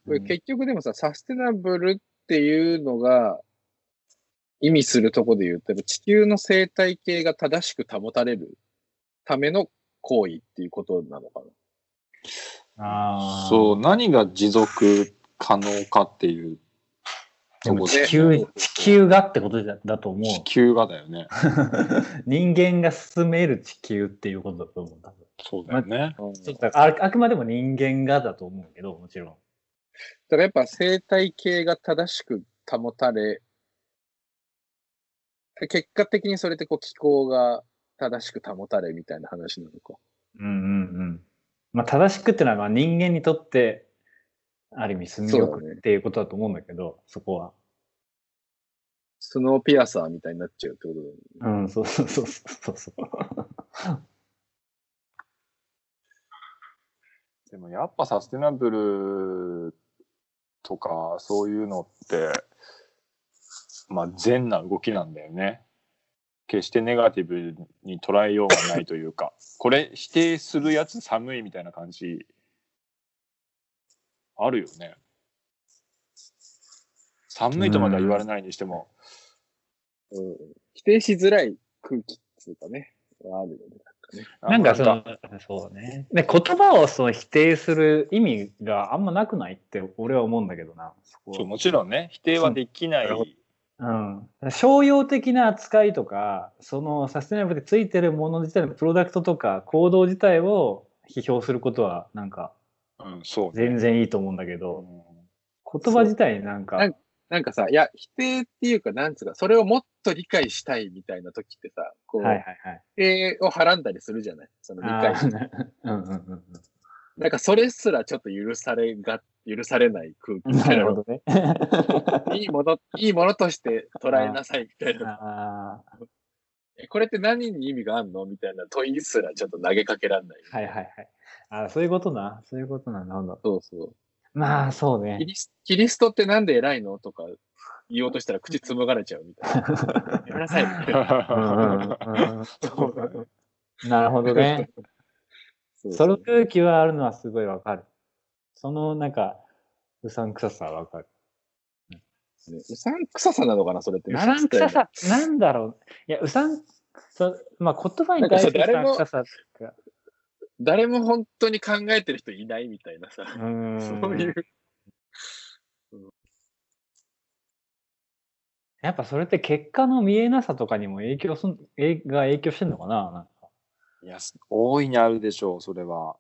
これ結局でもさ、サステナブルっていうのが意味するとこで言ったら、地球の生態系が正しく保たれるための行為っていうことなのかな。 そう、何が持続可能かっていうでも地球がってことだと思う。 地球がだよね。 人間が進める地球っていうことだと思う。 そうだよね。 あくまでも人間がだと思うけど、もちろん。だからやっぱ生態系が正しく保たれ、結果的にそれってこう気候が正しく保たれみたいな話なのか。 まあ正しくっていうのはまあ人間にとってある意味住みよくっていうことだと思うんだけど、そこは。 スノーピアサーみたいになっちゃうってことだよね。 そう。 でもやっぱサステナブルとかそういうのってまあ善な動きなんだよね。決してネガティブに捉えようがないというかこれ否定するやつ寒いみたいな感じあるよね。寒いとまでは言われないにしても、 否定しづらい空気っていうかね、あるよね。 なんかそうね。で、言葉を否定する意味があんまなくないって俺は思うんだけどな。 そうもちろんね、否定はできない。 商用的な扱いとか、そのサステナブルでついてるもの自体のプロダクトとか行動自体を批評することはなんか全然いいと思うんだけど、言葉自体なんかさ、いや、否定っていうか、なんつうか、それをもっと理解したいみたいな時ってさ、こう、否定をはらんだりするじゃない、その理解して。なんかそれすらちょっと許されない空気みたいな。なるほどね。いいものとして捉えなさいみたいな。これって何に意味があるのみたいな問いすらちょっと投げかけられない。 そういうことな。そういうことなんだ。 そうそう。 まあ、そうね。 キリストってなんで偉いのとか言おうとしたら口紡がれちゃうみたいな。やめなさいみたいな。 なるほどね。その空気はあるのはすごいわかる。そのなんか、うさんくささはわかる。 うさんくささなのかなそれって。 うさんくささ、なんだろう。いや、まあ言葉に対してうさんくささが。 誰も本当に考えてる人いないみたいなさ。そういう。 やっぱそれって結果の見えなさとかにも影響してんのかな、なんか。 いや、大いにあるでしょう、それは。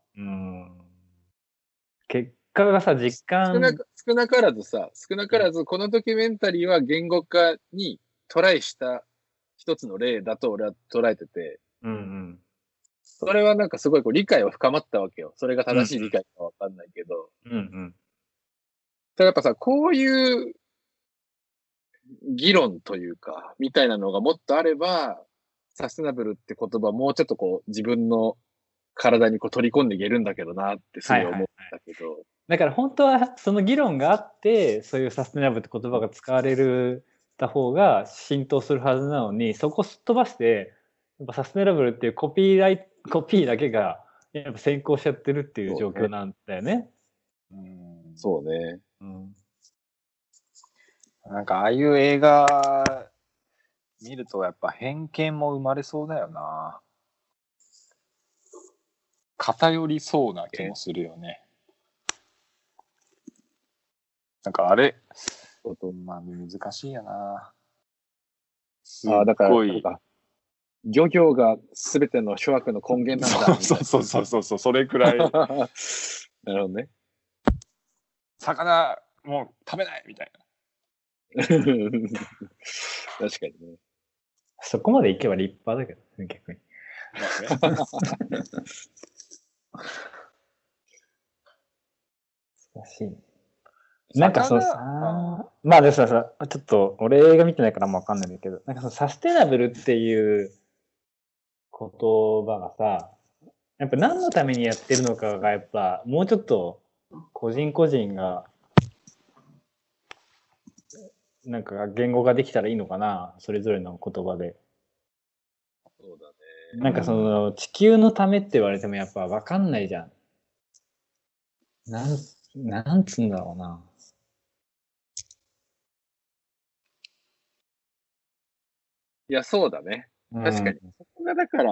結果がさ、実感。 少なからず、このドキュメンタリーは言語化にトライした一つの例だと俺は捉えてて。それはなんかすごい理解は深まったわけよ。それが正しい理解かわかんないけど。やっぱさ、こういう議論というか、みたいなのがもっとあれば、サステナブルって言葉もうちょっと自分の体に取り込んでいけるんだけどなってすごい思ったけど。 だから本当はその議論があって、そういうサステナブルって言葉が使われた方が浸透するはずなのに、そこすっ飛ばして、やっぱサステナブルっていうコピーだけがやっぱ先行しちゃってるっていう状況なんだよね。 そうね。 なんかああいう映画見るとやっぱ偏見も生まれそうだよな。偏りそうな気もするよね。なんかあれ、まあ難しいよな。 だから漁業が全ての諸悪の根源なんだ。 そう、それくらい。なるほどね。 魚もう食べないみたいな。 確かにね。 そこまでいけば立派だけどね、逆に。難しい。なんかまあでもさ、ちょっと俺映画見てないからあんま分かんないんだけど、なんかサステナブルっていう言葉がさ、やっぱ何のためにやってるのかがやっぱもうちょっと個人個人がなんか言語ができたらいいのかな、それぞれの言葉で。 そうだね。 なんかその地球のためって言われてもやっぱ分かんないじゃん。 なんつうんだろうな。 いや、そうだね。確かに。そこがだから、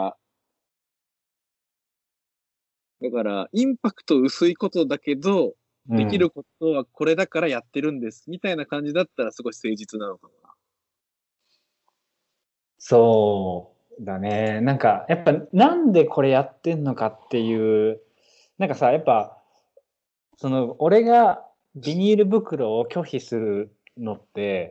インパクト薄いことだけど、できることはこれだからやってるんです、みたいな感じだったらすごい誠実なのかもな。 そうだね。なんか、やっぱなんでこれやってんのかっていう、なんかさ、やっぱ、俺がビニール袋を拒否するのって、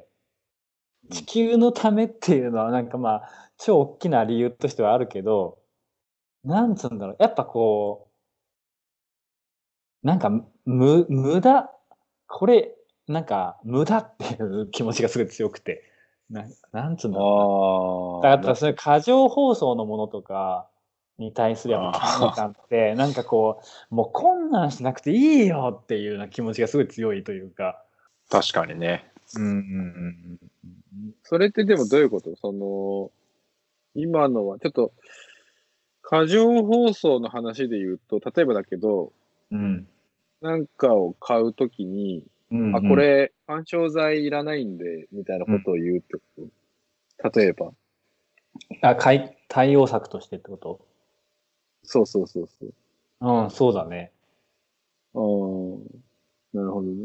地球のためっていうのはなんかまあ、超大きな理由としてはあるけど、なんつうんだろう、やっぱこう、なんか無駄、これ、なんか無駄っていう気持ちがすごい強くて、なんつうんだろうな。だからそれ過剰包装のものとかに対するやっぱ嫌悪感って、なんかこう、もう困難しなくていいよっていうような気持ちがすごい強いというか。 確かにね。 それってでもどういうこと？今のはちょっと、過剰包装の話で言うと、例えばだけど、なんかを買うときに、これ、緩衝材いらないんで、みたいなことを言うってこと？例えば。 対応策としてってこと？ そうそうそうそう。 うん、そうだね。 ああ、なるほどね。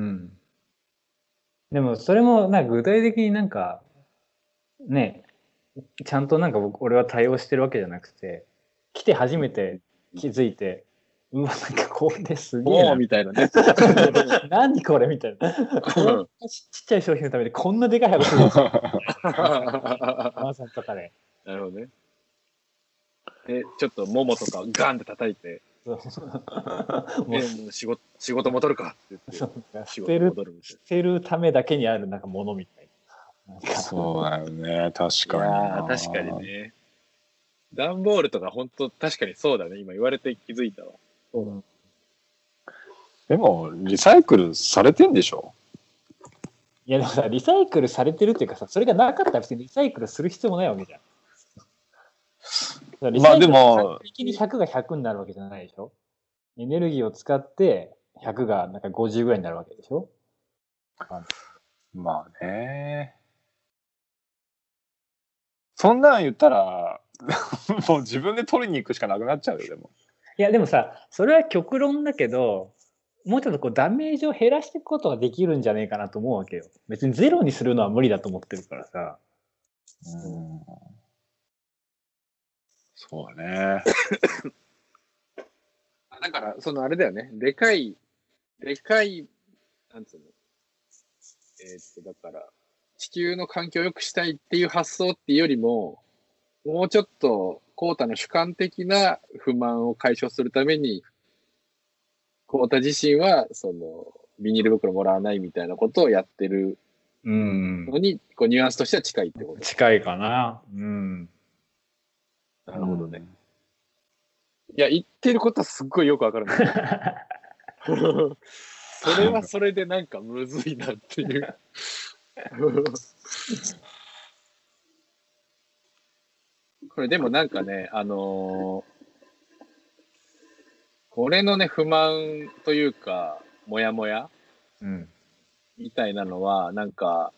でも、それも、具体的になんか、ね、ちゃんとなんか俺は対応してるわけじゃなくて、来て初めて気づいて、うわ、なんかこれすげえな。 みたいなね。 何これみたいな。こんなちっちゃい商品のためにこんなでかい箱するんですか？アマゾンとかで。 なるほどね。ちょっとももとかガンって叩いて、もう仕事戻るかって言って、仕事戻るみたいな。 捨てるためだけにあるなんかものみたいな。 そうだよね、確かにな。 確かにね。段ボールとか本当確かにそうだね。今言われて気づいたわ。 でも、リサイクルされてんでしょ？ いやでもさ、リサイクルされてるっていうかさ、それがなかったら別にリサイクルする必要もないわけじゃん。まあでも、一気に100が100になるわけじゃないでしょ？エネルギーを使って100がなんか50ぐらいになるわけでしょ？ まあね。そんなん言ったら、もう自分で取りに行くしかなくなっちゃうよ、でも。 いやでもさ、それは極論だけど、もうちょっとこうダメージを減らしていくことができるんじゃねえかなと思うわけよ。別にゼロにするのは無理だと思ってるからさ。 そうだね。 だから、あれだよね。でかい、なんつうの。だから、地球の環境を良くしたいっていう発想っていうよりも、もうちょっと、コータの主観的な不満を解消するために、コータ自身は、ビニール袋もらわないみたいなことをやってるのに、こうニュアンスとしては近いってこと。 近いかな。 なるほどね。いや、言ってることはすっごいよくわかるんだけど。それはそれでなんかむずいなっていう。これでもなんかね、俺のね、不満というか、もやもや、みたいなのは、なんか、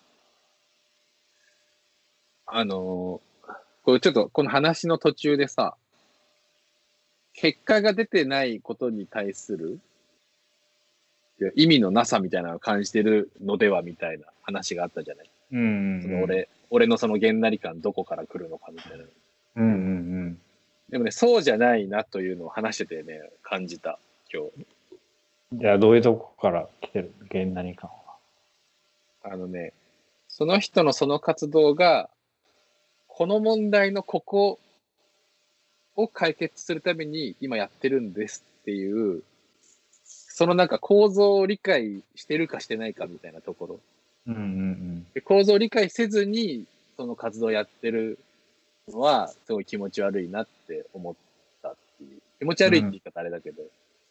これちょっとこの話の途中でさ、結果が出てないことに対する意味のなさみたいなのを感じてるのではみたいな話があったじゃない。俺のそのげんなり感どこから来るのかみたいな。でもね、そうじゃないなというのを話しててね、感じた、今日。 じゃあどういうとこから来てるげんなり感は？ その人のその活動が、この問題のここを解決するために今やってるんですっていう、そのなんか構造を理解してるかしてないかみたいなところ。で構造を理解せずに、その活動をやってるのは、すごい気持ち悪いなって思ったっていう。気持ち悪いって言い方あれだけど。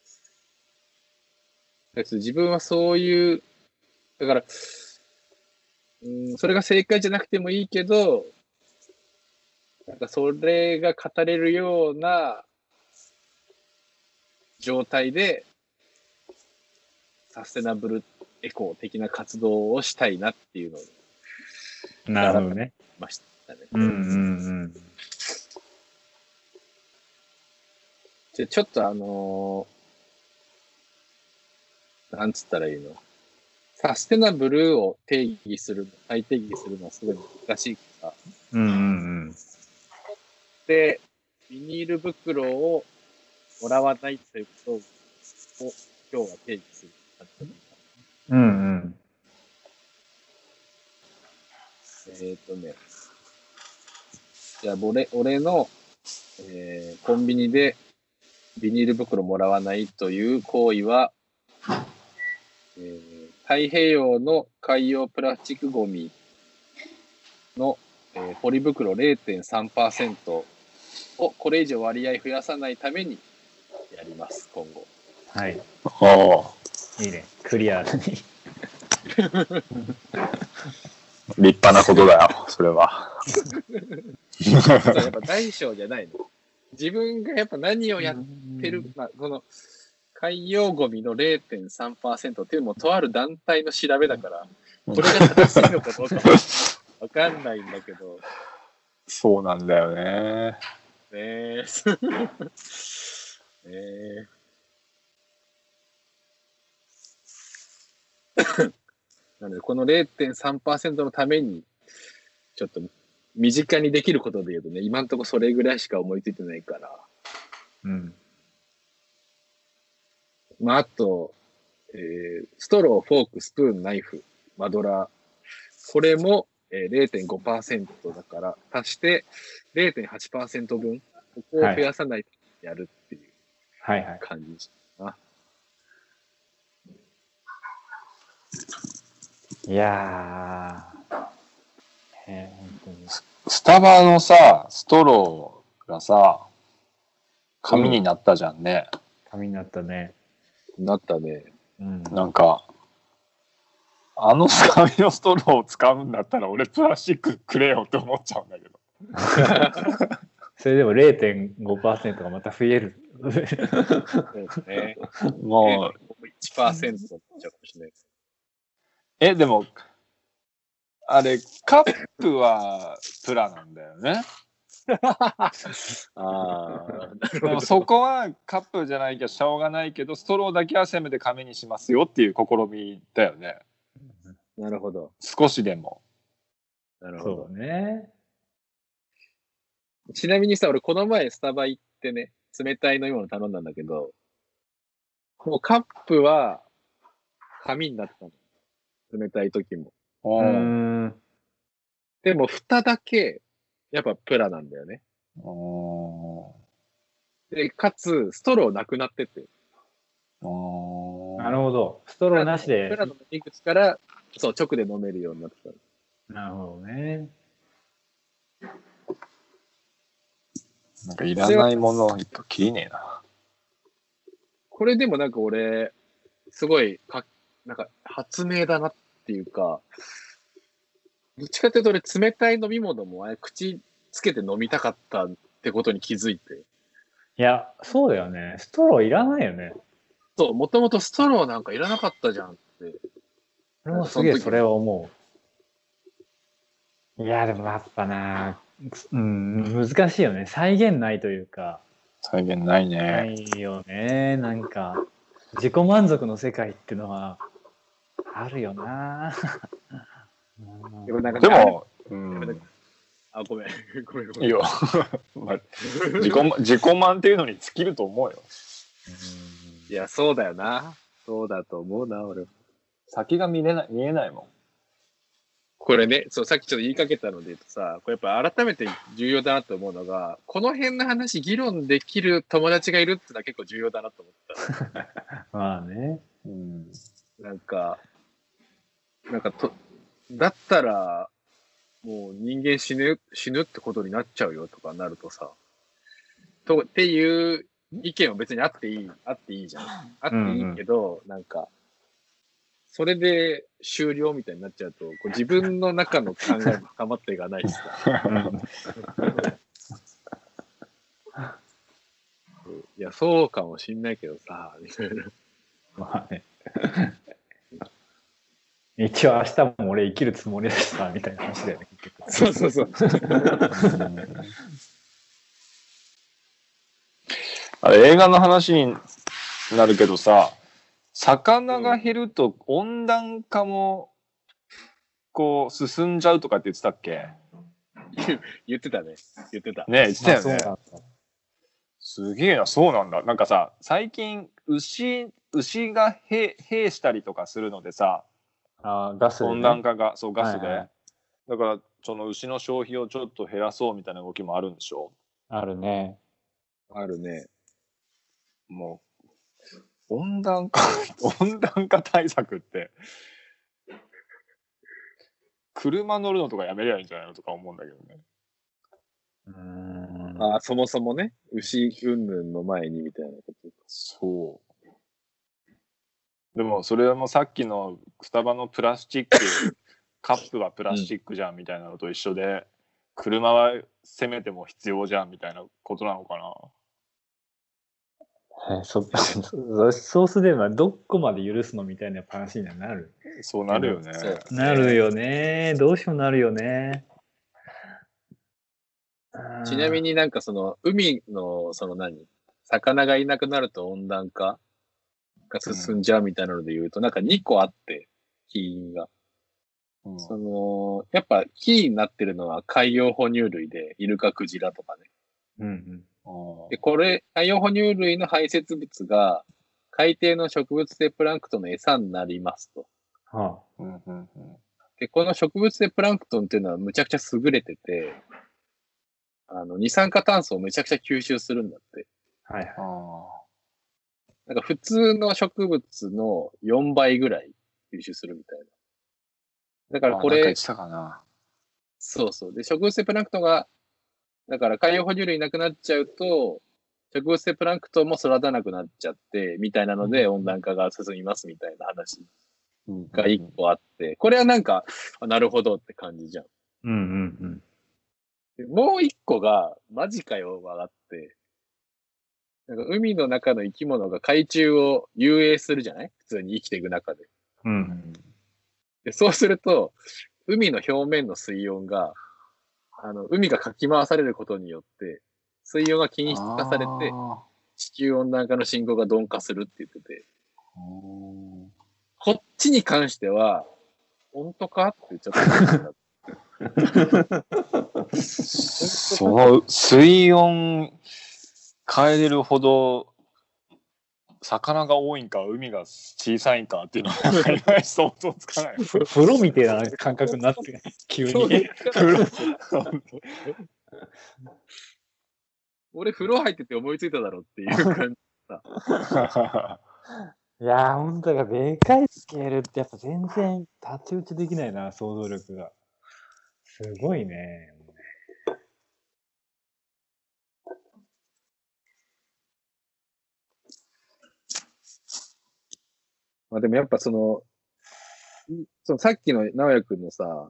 自分はそういう、だから、それが正解じゃなくてもいいけど、なんかそれが語れるような状態でサステナブルエコー的な活動をしたいなっていうのをなるほどね。 ましたね。 うんうんうん。 ちょっとなんつったらいいの、サステナブルを再定義するのはすごい難しいから。 うんうんうん。 で、ビニール袋をもらわないということを今日は定義する。 うんうん。 じゃあ俺の、コンビニでビニール袋もらわないという行為は、太平洋の海洋プラスチックゴミの、ポリ袋 0.3% をこれ以上割合増やさないためにやります、今後。 はい。 おいいね。クリアに。 立派なことだよ、それは。 やっぱ大小じゃないの。自分がやっぱ何をやってる、まあ、この海洋ゴミの 0.3% っていうのもとある団体の調べだから、これが正しいのかどうかわかんないんだけど。 そうなんだよね。 なので、この 0.3% のために、ちょっと身近にできることで言うとね、今んとこそれぐらいしか思いついてないから。 うん。 まあ、あと、ストロー、フォーク、スプーン、ナイフ、マドラー。これも、0.5% だから、足して 0.8% 分、ここを増やさないとやるっていう感じかな。 いやー、 スタバのさ、ストローがさ、紙になったじゃんね。 紙になったね。 なったね。 うん、 なんか、あの紙のストローを使うんだったら俺プラスチックくれよって思っちゃうんだけど。 それでも 0.5% がまた増える。 そうですね。 もう 1% になっちゃうかもしれない。 でも、あれ、カップはプラなんだよね。でもそこはカップじゃないきゃしょうがないけど、ストローだけはせめて紙にしますよっていう試みだよね。 なるほど。 少しでも。 なるほど。 そうね。 ちなみにさ、俺この前スタバ行ってね、冷たい飲み物頼んだんだけど、もうカップは紙になったの。冷たい時も。でも蓋だけ、やっぱプラなんだよね。で、かつ、ストローなくなってて。 なるほど。ストローなしで。 プラの飲み口から、そう、直で飲めるようになってた。 なるほどね。 なんかいらないものを切りねえな。 これでもなんか俺、すごいなんか発明だなっていうか、どっちかっていうと俺冷たい飲み物も口つけて飲みたかったってことに気づいて。 いや、そうだよね。ストローいらないよね。 そう、もともとストローなんかいらなかったじゃんって。 俺もすげえそれは思う。いや、でもやっぱな、難しいよね。再現ないというか。 再現ないね。 ないよね。なんか、自己満足の世界っていうのは、あるよな。 でも、 ごめん。 いいよ。自己満っていうのに尽きると思うよ。 いや、そうだよな。そうだと思うな、俺。 先が見えないもん。 これね、そう、さっきちょっと言いかけたので言うとさ、これやっぱ改めて重要だなと思うのが、この辺の話議論できる友達がいるっていうのは結構重要だなと思った。 まあね。 なんかだったら、もう人間死ぬってことになっちゃうよとかなるとさ、っていう意見は別にあっていいじゃん。あっていいけど、なんか、それで終了みたいになっちゃうと、こう自分の中の考えも深まっていかないしさ。いや、そうかもしんないけどさ、みたいな。 まあね。 一応明日も俺生きるつもりでしたみたいな話だよね、結局。 そうそうそう。 あれ映画の話になるけどさ、魚が減ると温暖化もこう進んじゃうとかって言ってたっけ？ 言ってたね。言ってた。 ね、言ってたよね。 あ、 すげえな、そうなんだ。なんかさ、最近牛が兵したりとかするのでさ、 ガスでね、 温暖化が、そう、ガスで。 はいはい、 だから、その牛の消費をちょっと減らそうみたいな動きもあるんでしょ？ あるね。 あるね。 もう、温暖化対策って、車乗るのとかやめりゃいいんじゃないのとか思うんだけどね。 あ、そもそもね、牛云々の前にみたいなこと。 そう。でも、それもさっきのスタバのプラスチック、カップはプラスチックじゃんみたいなのと一緒で、車はせめても必要じゃんみたいなことなのかな。 そうすればどこまで許すのみたいな話にはなる。 そうなるよね。 なるよね。どうしようもなるよね。 ちなみになんかその海のその魚がいなくなると温暖化が進んじゃうみたいなので言うと、なんか2個あって、起因が。その、やっぱキーになってるのは海洋哺乳類で、イルカ、クジラとかね。で、これ、海洋哺乳類の排泄物が海底の植物性プランクトンの餌になりますと。で、この植物性プランクトンっていうのはむちゃくちゃ優れてて、二酸化炭素をめちゃくちゃ吸収するんだって。 はいはなんか普通の植物の4倍ぐらい吸収するみたいな。だからこれ、 なんか言ってたかな。 そうそう。で、植物性プランクトンが、だから海洋哺乳類なくなっちゃうと、植物性プランクトンも育たなくなっちゃって、みたいなので温暖化が進みますみたいな話が1個あって、これはなんか、なるほどって感じじゃん。もう1個が、マジかよがあって、なんか海の中の生き物が海中を遊泳するじゃない？普通に生きていく中で。でそうすると、海の表面の水温が、海がかき回されることによって、水温が均質化されて、地球温暖化の進行が鈍化するって言ってて、こっちに関しては、本当かってちょっと思った。 その水温変えれるほど魚が多いんか海が小さいんかっていうのはいまいち想像つかない。 風呂みたいな感覚になって急に。 俺風呂入ってて思いついただろっていう感じだ。 いやー、本当がでかいスケールってやっぱ全然太刀打ちできないな、想像力が。すごいね。 まあでもやっぱそのさっきの直哉くんのさ、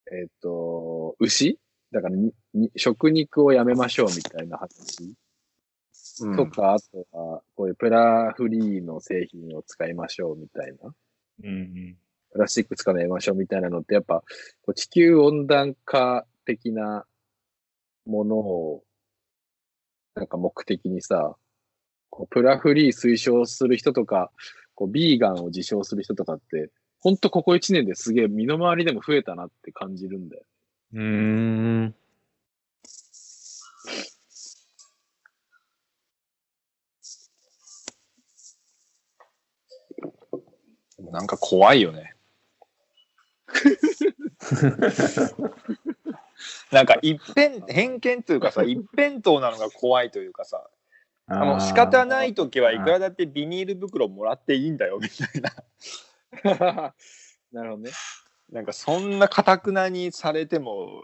牛だから食肉をやめましょうみたいな話、とか、あとは、こういうプラフリーの製品を使いましょうみたいな。プラスチック使わないましょうみたいなのって、やっぱ、こう地球温暖化的なものを、なんか目的にさ、こうプラフリー推奨する人とか、こうビーガンを自称する人とかって、ほんとここ1年ですげえ身の回りでも増えたなって感じるんだよ。 なんか怖いよね。なんか偏見というかさ、一辺倒なのが怖いというかさ、仕方ないときはいくらだってビニール袋もらっていいんだよみたいな。 なるほどね。 なんかそんな堅くなにされても、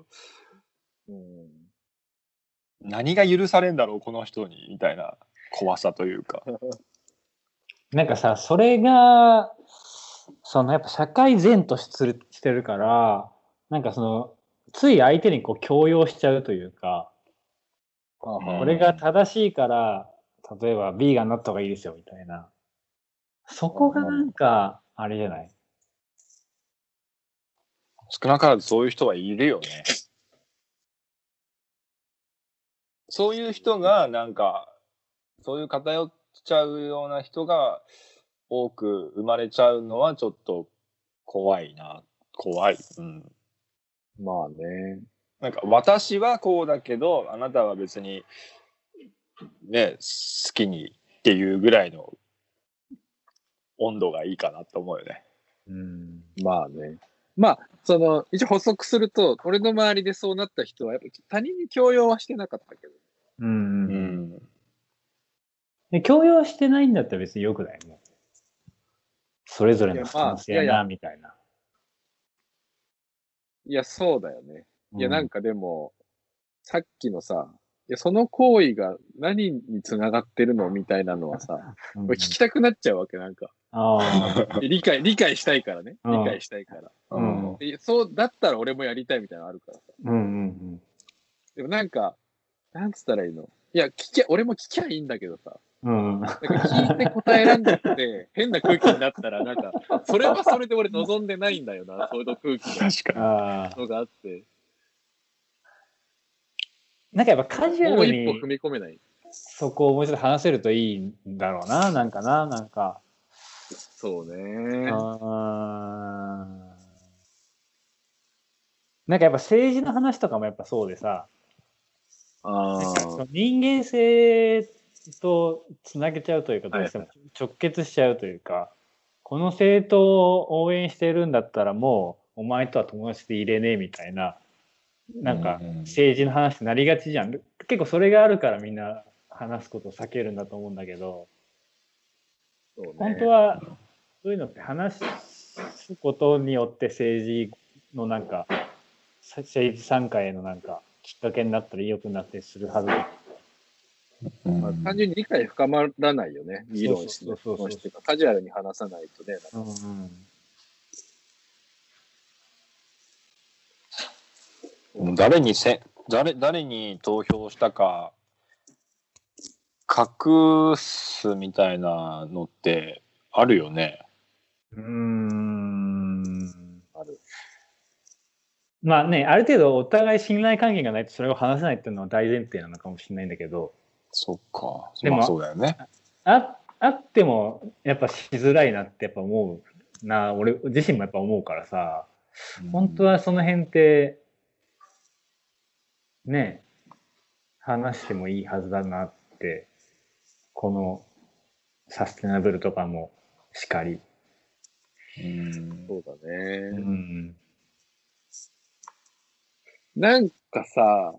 何が許されんだろうこの人にみたいな怖さというか。 なんかさ、それがやっぱ社会善としてるから、なんかつい相手にこう強要しちゃうというか、これが正しいから、例えばビーガンになった方がいいですよみたいな。そこがなんか、あれじゃない？ 少なからずそういう人はいるよね。そういう人がなんかそういう偏っちゃうような人が多く生まれちゃうのはちょっと怖いな。怖い。うん。 まあね。 なんか私はこうだけどあなたは別にね好きにっていうぐらいの温度がいいかなと思うよね。 まあね。まあ、一応補足すると、俺の周りでそうなった人は、やっぱ他人に強要はしてなかったけど。 で強要してないんだったら別によくないもん。それぞれのスタンスやな、みたいな。 いや、そうだよね。いや、なんかでも、さっきのさ、その行為が何につながってるのみたいなのはさ、聞きたくなっちゃうわけ、なんか。理解したいからね。理解したいから。そうだったら俺もやりたいみたいなのあるからさ。でもなんか、なんつったらいいの？いや、俺も聞きゃいいんだけどさ。なんか聞いて答えらんなくて、変な空気になったら、なんか、それはそれで俺望んでないんだよな、そういう空気のがあって。 なんかやっぱカジュアルに、 もう一歩踏み込めない。 そこをもうちょっと話せるといいんだろうな、なんか。 そうね。 なんかやっぱ政治の話とかもやっぱそうでさ、なんかその人間性とつなげちゃうというか、どうしても直結しちゃうというか、この政党を応援してるんだったらもうお前とは友達でいれねえみたいな、なんか政治の話になりがちじゃん。結構それがあるからみんな話すことを避けるんだと思うんだけど、本当はそういうのって話すことによって政治のなんか政治参加へのなんかきっかけになったり良くなったりするはずだ。 単純に理解深まらないよね、議論してカジュアルに話さないとね。 誰に投票したか隠すみたいなのってあるよね。 ある。まあね、ある程度お互い信頼関係がないとそれを話せないっていうのは大前提なのかもしれないんだけど。 そっか。でも、そうだよね。 あってもやっぱしづらいなってやっぱ思うな。俺自身もやっぱ思うからさ、本当はその辺ってね、話してもいいはずだなって、このサステナブルとかもしかり。 そうだね。なんかさ、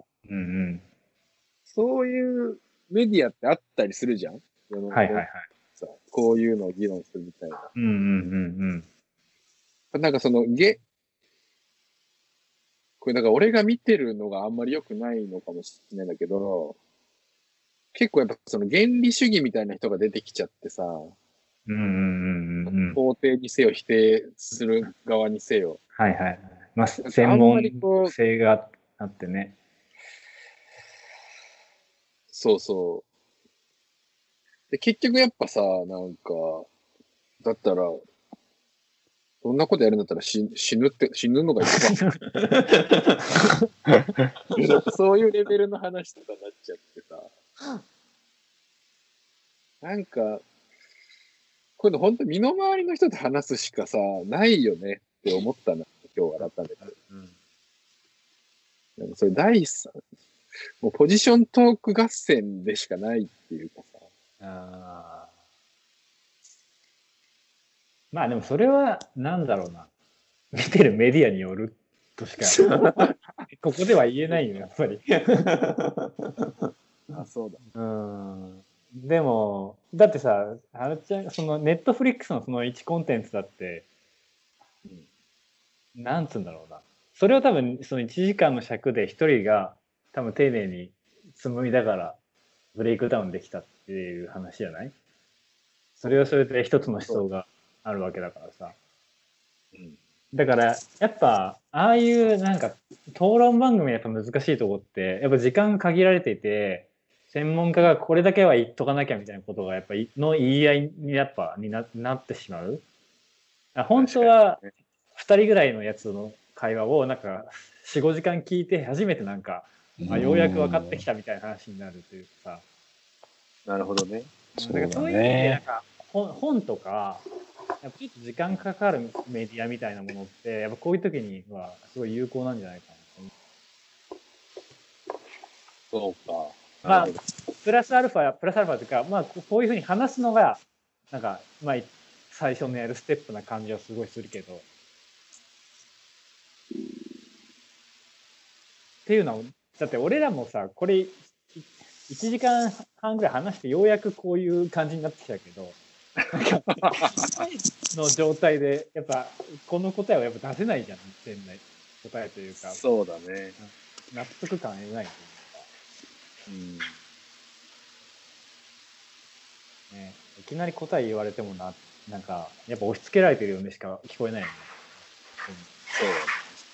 そういうメディアってあったりするじゃん。こういうのを議論するみたいな。なんかこれなんか俺が見てるのがあんまり良くないのかもしれないんだけど、結構やっぱその原理主義みたいな人が出てきちゃってさ、肯定にせよ否定する側にせよ。 まあ専門性があってね。 そうそう。で結局やっぱさ、なんか、だったら、そんなことやるんだったら死ぬのが一番。そういうレベルの話とかになっちゃってさ。なんか、こういうの本当身の回りの人と話すしかさ、ないよねって思ったな、今日改めて。なんかそれ第3、もうポジショントーク合戦でしかないっていうかさ。 まあでもそれはなんだろうな。見てるメディアによるとしかここでは言えないよ、やっぱり。 そうだ。 でも、だってさ、はるちゃん、そのネットフリックスのその1コンテンツだって、なんつうんだろうな。それを多分その1時間の尺で一人が多分丁寧に紡いだからブレイクダウンできたっていう話じゃない？それはそれで一つの思想があるわけだからさ。だからやっぱああいうなんか討論番組やっぱ難しいとこってやっぱ時間限られていて、専門家がこれだけは言っとかなきゃみたいなことがやっぱの言い合いになってしまう。本当は2人ぐらいのやつの会話をなんか4、5時間聞いて初めてなんか、ようやく分かってきたみたいな話になるというかさ。なるほどね。 そういう意味でなんか本とかやっぱちょっと時間かかるメディアみたいなものってやっぱこういう時にはすごい有効なんじゃないかなと思う。 そうか。 まあプラスアルファというか、まあこういうふうに話すのがなんかまあ最初のやるステップな感じはすごいするけど。っていうのはだって俺らもさこれ1時間半ぐらい話してようやくこういう感じになってきたけどの状態でやっぱこの答えはやっぱ出せないじゃん全然答えというかそうだね。 納得感得ないというか、ね、いきなり答え言われてもなんかやっぱ押し付けられてるよねしか聞こえないよね。 そうだね。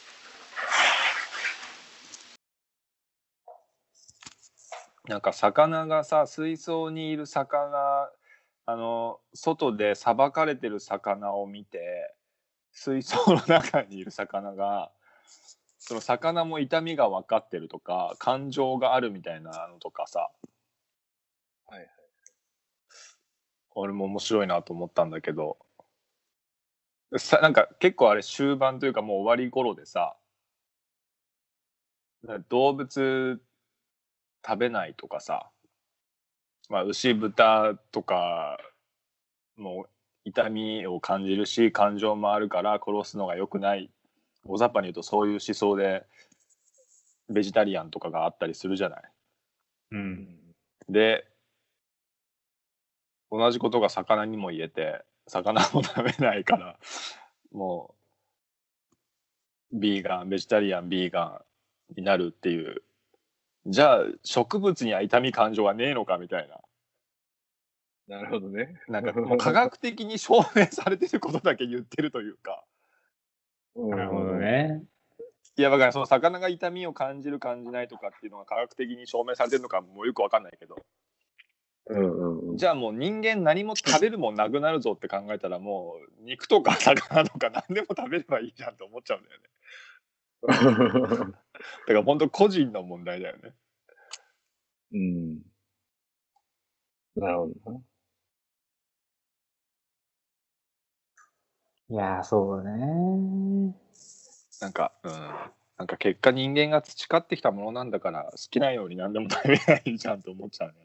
なんか魚がさ、水槽にいる魚、外でさばかれてる魚を見て、水槽の中にいる魚がその魚も痛みが分かってるとか感情があるみたいなのとかさ、 はいはい、 俺も面白いなと思ったんだけどなんか結構あれ終盤というかもう終わり頃でさ、動物食べないとかさ、まあ、牛豚とかも痛みを感じるし感情もあるから殺すのが良くない、大雑把に言うとそういう思想でベジタリアンとかがあったりするじゃない。で同じことが魚にも言えて、魚も食べないからもうベジタリアンビーガンになるっていう、じゃあ植物には痛み感情はねえのかみたいな。 なるほどね。 なんかもう科学的に証明されてることだけ言ってるというか。 なるほどね。 いやだからその魚が痛みを感じる感じないとかっていうのが科学的に証明されてるのかもうよく分かんないけど、じゃあもう人間何も食べるもんなくなるぞって考えたらもう肉とか魚とか何でも食べればいいじゃんって思っちゃうんだよね。だから本当個人の問題だよね。 なるほどな。 いやそうね。 なんか結果人間が培ってきたものなんだから好きなように何でも食べればいいじゃんと思っちゃうね。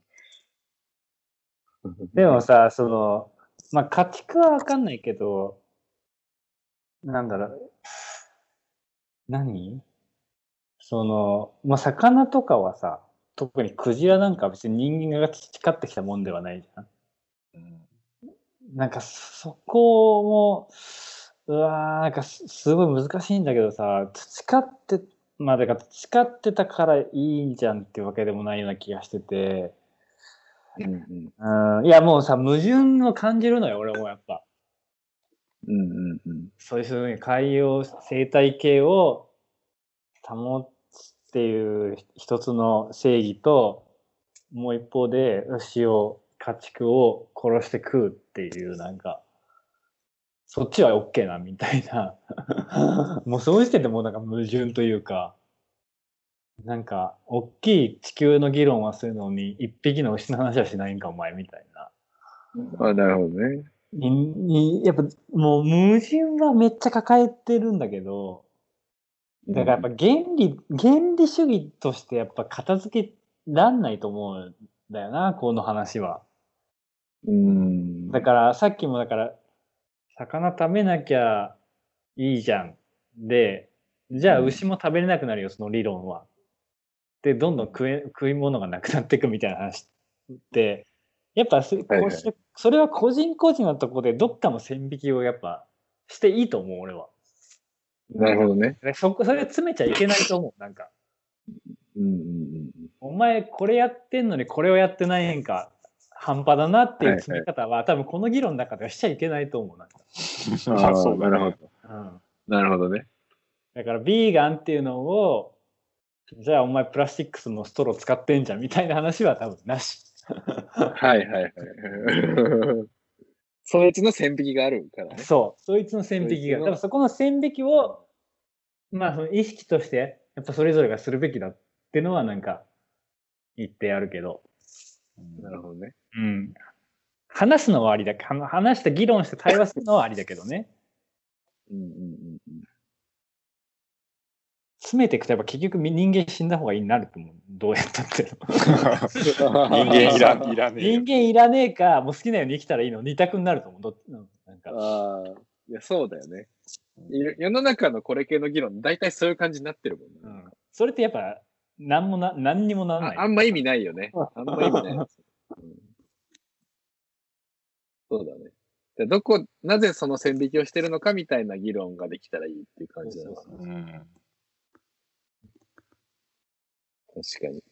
でもさ、まあ家畜は分かんないけど、なんだろう、まあ魚とかはさ、特にクジラなんか別に人間が培ってきたもんではないじゃん。なんかそこもなんかすごい難しいんだけどさ、培ってたからいいんじゃんっていうわけでもないような気がしてて、いやもうさ矛盾を感じるのよ俺もやっぱ。そういうふうに海洋生態系を保つっていう一つの正義と、もう一方で家畜を殺して食うっていうなんかそっちは OK なみたいなもうそういう時点でもうなんか矛盾というか、なんか大きい地球の議論はするのに一匹の牛の話はしないんかお前みたいな。 なるほどね。 やっぱもう矛盾はめっちゃ抱えてるんだけど、だからやっぱ原理主義としてやっぱ片付けらんないと思うんだよな、この話は。だからさっきも魚食べなきゃいいじゃん。で、じゃあ牛も食べれなくなるよ、その理論は。で、どんどん食い物がなくなっていくみたいな話って、やっぱそれは個人個人のところでどっかの線引きをやっぱしていいと思う、俺は。 なるほどね。 それ詰めちゃいけないと思う、なんか。お前これやってんのにこれをやってないんか、半端だなっていう詰め方は、多分この議論の中ではしちゃいけないと思う、なんか。 そうなるほど。なるほどね。 だからビーガンっていうのを、じゃあお前プラスチックスのストロー使ってんじゃんみたいな話は多分なし。 はいはいはい。そいつの線引きがあるからね。 そう、そいつの線引きが。だからそこの線引きをまあその意識としてやっぱそれぞれがするべきだっていうのはなんか言ってあるけど。 なるほどね。 うん。話すのはありだけど、話して議論して対話するのはありだけどね。 うんうんうんうん。 詰めていくとやっぱ結局人間死んだ方がいいになると思う。どうやったって。 人間いらねえ。 人間いらねえか、もう好きなように生きたらいいの二択になると思う。なんかいや、そうだよね。世の中のこれ系の議論、大体そういう感じになってるもんね。 うん、それってやっぱ何にもならない。 あんま意味ないよね。あんま意味ない、うん。そうだね。なぜその線引きをしてるのかみたいな議論ができたらいいっていう感じだな。確かに。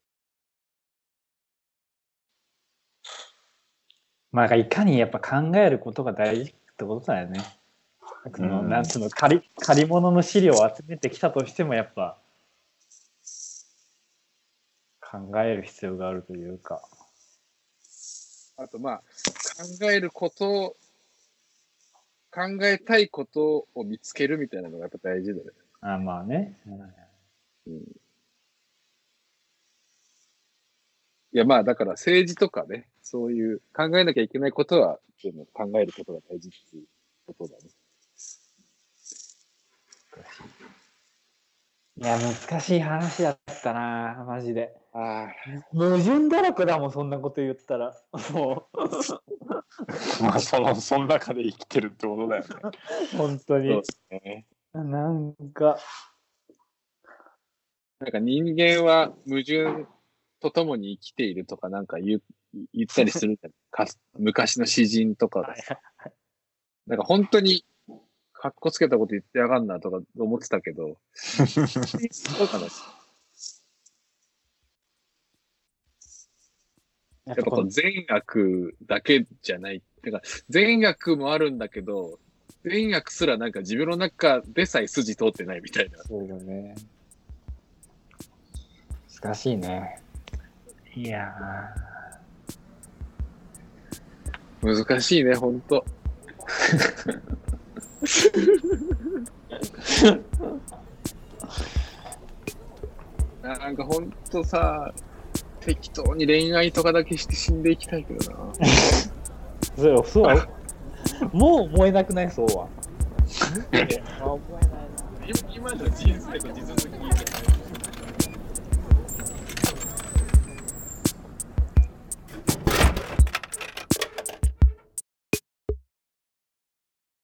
まあ、いかにやっぱ考えることが大事ってことだよね。なんつうの、借り物の資料を集めてきたとしてもやっぱ考える必要があるというか。 あとまあ、考えたいことを見つけるみたいなのがやっぱ大事だよね。 あ、まあね。 うん、いやまあだから政治とかね、そういう考えなきゃいけないことはでも考えることが大事っていうことだね。 いや、難しい話だったな、マジで。 ああ。 矛盾だらけだもん、そんなこと言ったら。もう。 まあ、その中で生きてるってことだよね。 本当に。なんか人間は矛盾とともに生きているとかなんか言ったりする昔の詩人とかなんか本当にかっこつけたこと言ってやがんなとか思ってたけどそうかな。やっぱこう善悪だけじゃない。てか善悪もあるんだけど、善悪すらなんか自分の中でさえ筋通ってないみたいな。 そうだね。難しいね。いやー。難しいね、ほんと。なんかほんとさ、適当に恋愛とかだけして死んでいきたいけどな。 そうもう思えなくないそうは。 思えないな。今の人生の地続き